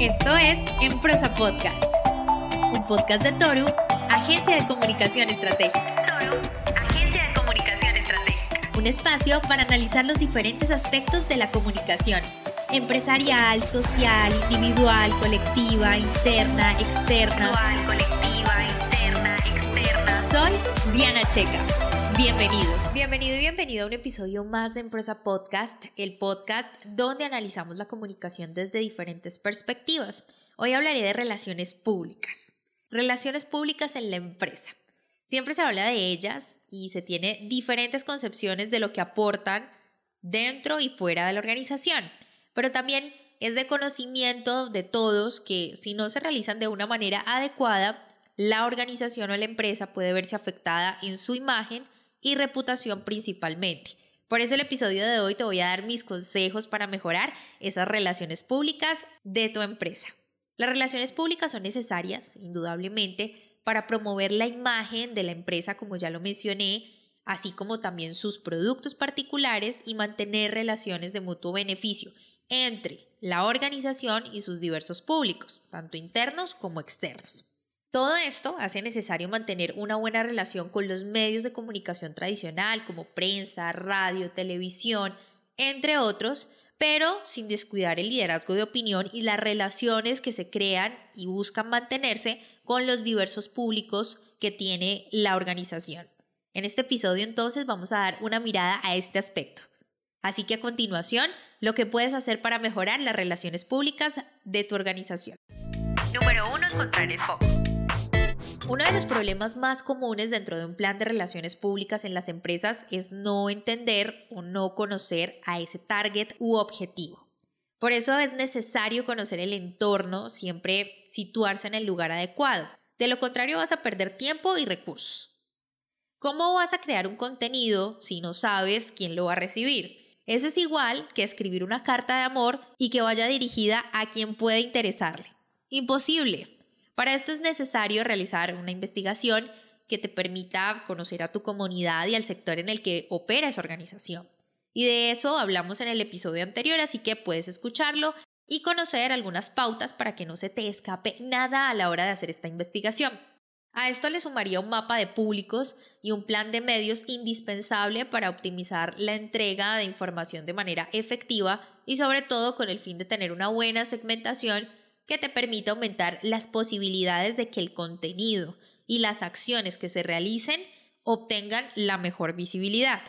Esto es En Prosa Podcast, un podcast de Toru, Agencia de Comunicación Estratégica. Toru, Agencia de Comunicación Estratégica. Un espacio para analizar los diferentes aspectos de la comunicación, empresarial, social, individual, colectiva, interna, externa. Individual, colectiva, interna, externa. Soy Diana Checa. Bienvenidos. Bienvenido a un episodio más de En Prosa Podcast, el podcast donde analizamos la comunicación desde diferentes perspectivas. Hoy hablaré de relaciones públicas. Relaciones públicas en la empresa. Siempre se habla de ellas y se tiene diferentes concepciones de lo que aportan dentro y fuera de la organización. Pero también es de conocimiento de todos que si no se realizan de una manera adecuada, la organización o la empresa puede verse afectada en su imagen y reputación principalmente. Por eso el episodio de hoy te voy a dar mis consejos para mejorar esas relaciones públicas de tu empresa. Las relaciones públicas son necesarias, indudablemente, para promover la imagen de la empresa, como ya lo mencioné, así como también sus productos particulares y mantener relaciones de mutuo beneficio entre la organización y sus diversos públicos, tanto internos como externos. Todo esto hace necesario mantener una buena relación con los medios de comunicación tradicional como prensa, radio, televisión, entre otros, pero sin descuidar el liderazgo de opinión y las relaciones que se crean y buscan mantenerse con los diversos públicos que tiene la organización. En este episodio entonces vamos a dar una mirada a este aspecto. Así que a continuación, lo que puedes hacer para mejorar las relaciones públicas de tu organización. Número 1. Encontrar el foco. Uno de los problemas más comunes dentro de un plan de relaciones públicas en las empresas es no entender o no conocer a ese target u objetivo. Por eso es necesario conocer el entorno, siempre situarse en el lugar adecuado. De lo contrario vas a perder tiempo y recursos. ¿Cómo vas a crear un contenido si no sabes quién lo va a recibir? Eso es igual que escribir una carta de amor y que vaya dirigida a quien pueda interesarle. Imposible. Para esto es necesario realizar una investigación que te permita conocer a tu comunidad y al sector en el que opera esa organización. Y de eso hablamos en el episodio anterior, así que puedes escucharlo y conocer algunas pautas para que no se te escape nada a la hora de hacer esta investigación. A esto le sumaría un mapa de públicos y un plan de medios indispensable para optimizar la entrega de información de manera efectiva y sobre todo con el fin de tener una buena segmentación que te permita aumentar las posibilidades de que el contenido y las acciones que se realicen obtengan la mejor visibilidad.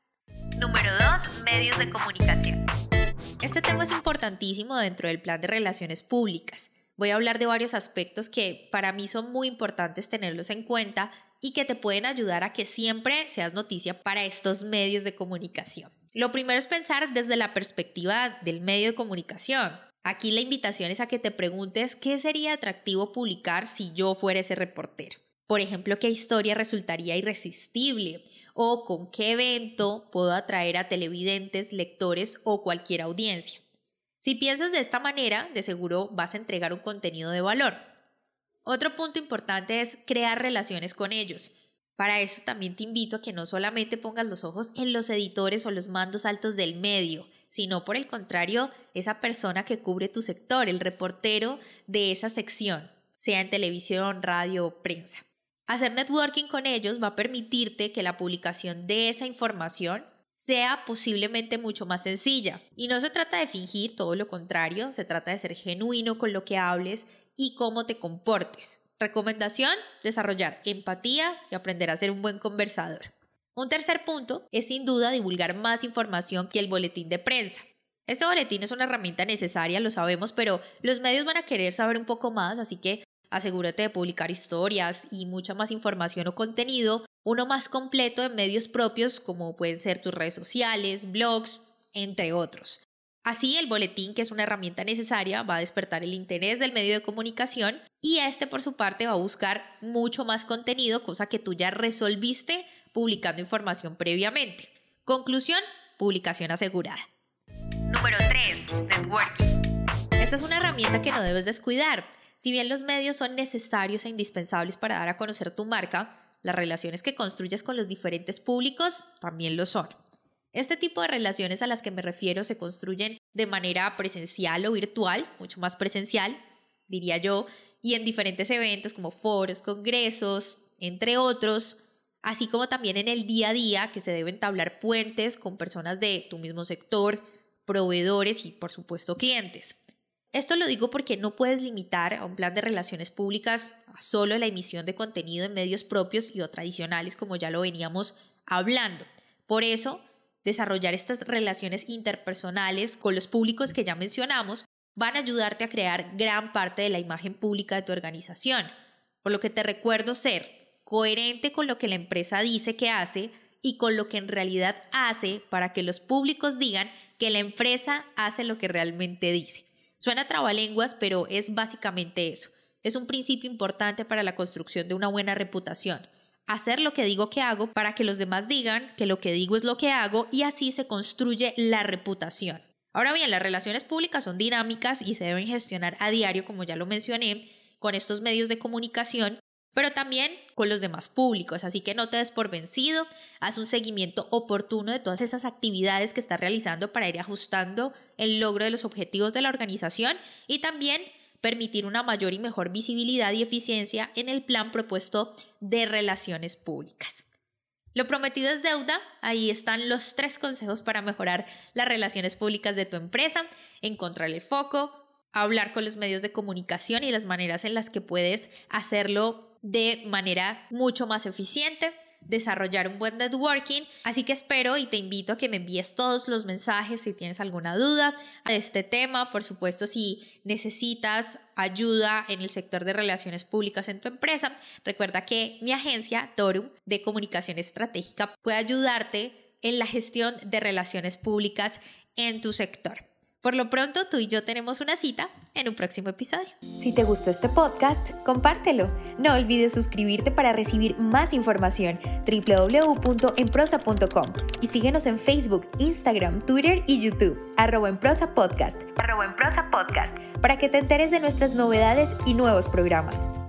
Número 2. Medios de comunicación. Este tema es importantísimo dentro del plan de relaciones públicas. Voy a hablar de varios aspectos que para mí son muy importantes tenerlos en cuenta y que te pueden ayudar a que siempre seas noticia para estos medios de comunicación. Lo primero es pensar desde la perspectiva del medio de comunicación. Aquí la invitación es a que te preguntes qué sería atractivo publicar si yo fuera ese reportero. Por ejemplo, qué historia resultaría irresistible o con qué evento puedo atraer a televidentes, lectores o cualquier audiencia. Si piensas de esta manera, de seguro vas a entregar un contenido de valor. Otro punto importante es crear relaciones con ellos. Para eso también te invito a que no solamente pongas los ojos en los editores o los mandos altos del medio, sino por el contrario, esa persona que cubre tu sector, el reportero de esa sección, sea en televisión, radio o prensa. Hacer networking con ellos va a permitirte que la publicación de esa información sea posiblemente mucho más sencilla. Y no se trata de fingir, todo lo contrario, se trata de ser genuino con lo que hables y cómo te comportes. Recomendación: desarrollar empatía y aprender a ser un buen conversador. Un tercer punto es sin duda divulgar más información que el boletín de prensa. Este boletín es una herramienta necesaria, lo sabemos, pero los medios van a querer saber un poco más, así que asegúrate de publicar historias y mucha más información o contenido, uno más completo en medios propios como pueden ser tus redes sociales, blogs, entre otros. Así el boletín, que es una herramienta necesaria, va a despertar el interés del medio de comunicación y este por su parte va a buscar mucho más contenido, cosa que tú ya resolviste publicando información previamente. Conclusión: publicación asegurada. Número 3. Networking. Esta es una herramienta que no debes descuidar. Si bien los medios son necesarios e indispensables para dar a conocer tu marca, las relaciones que construyes con los diferentes públicos también lo son. Este tipo de relaciones a las que me refiero se construyen de manera presencial o virtual, mucho más presencial, diría yo, y en diferentes eventos como foros, congresos, entre otros, así como también en el día a día, que se deben entablar puentes con personas de tu mismo sector, proveedores y por supuesto clientes. Esto lo digo porque no puedes limitar a un plan de relaciones públicas a solo la emisión de contenido en medios propios y o tradicionales, como ya lo veníamos hablando. Por eso, desarrollar estas relaciones interpersonales con los públicos que ya mencionamos van a ayudarte a crear gran parte de la imagen pública de tu organización, por lo que te recuerdo ser coherente con lo que la empresa dice que hace y con lo que en realidad hace para que los públicos digan que la empresa hace lo que realmente dice. Suena trabalenguas, pero es básicamente eso. Es un principio importante para la construcción de una buena reputación. Hacer lo que digo que hago para que los demás digan que lo que digo es lo que hago y así se construye la reputación. Ahora bien, las relaciones públicas son dinámicas y se deben gestionar a diario, como ya lo mencioné, con estos medios de comunicación, pero también con los demás públicos, así que no te des por vencido, haz un seguimiento oportuno de todas esas actividades que estás realizando para ir ajustando el logro de los objetivos de la organización y también permitir una mayor y mejor visibilidad y eficiencia en el plan propuesto de relaciones públicas. Lo prometido es deuda, ahí están los 3 consejos para mejorar las relaciones públicas de tu empresa, encontrar el foco, hablar con los medios de comunicación y las maneras en las que puedes hacerlo de manera mucho más eficiente, desarrollar un buen networking, así que espero y te invito a que me envíes todos los mensajes si tienes alguna duda de este tema, por supuesto si necesitas ayuda en el sector de relaciones públicas en tu empresa, recuerda que mi agencia Torum de comunicación estratégica puede ayudarte en la gestión de relaciones públicas en tu sector. Por lo pronto, tú y yo tenemos una cita en un próximo episodio. Si te gustó este podcast, compártelo. No olvides suscribirte para recibir más información www.enprosa.com y síguenos en Facebook, Instagram, Twitter y YouTube @enprosapodcast para que te enteres de nuestras novedades y nuevos programas.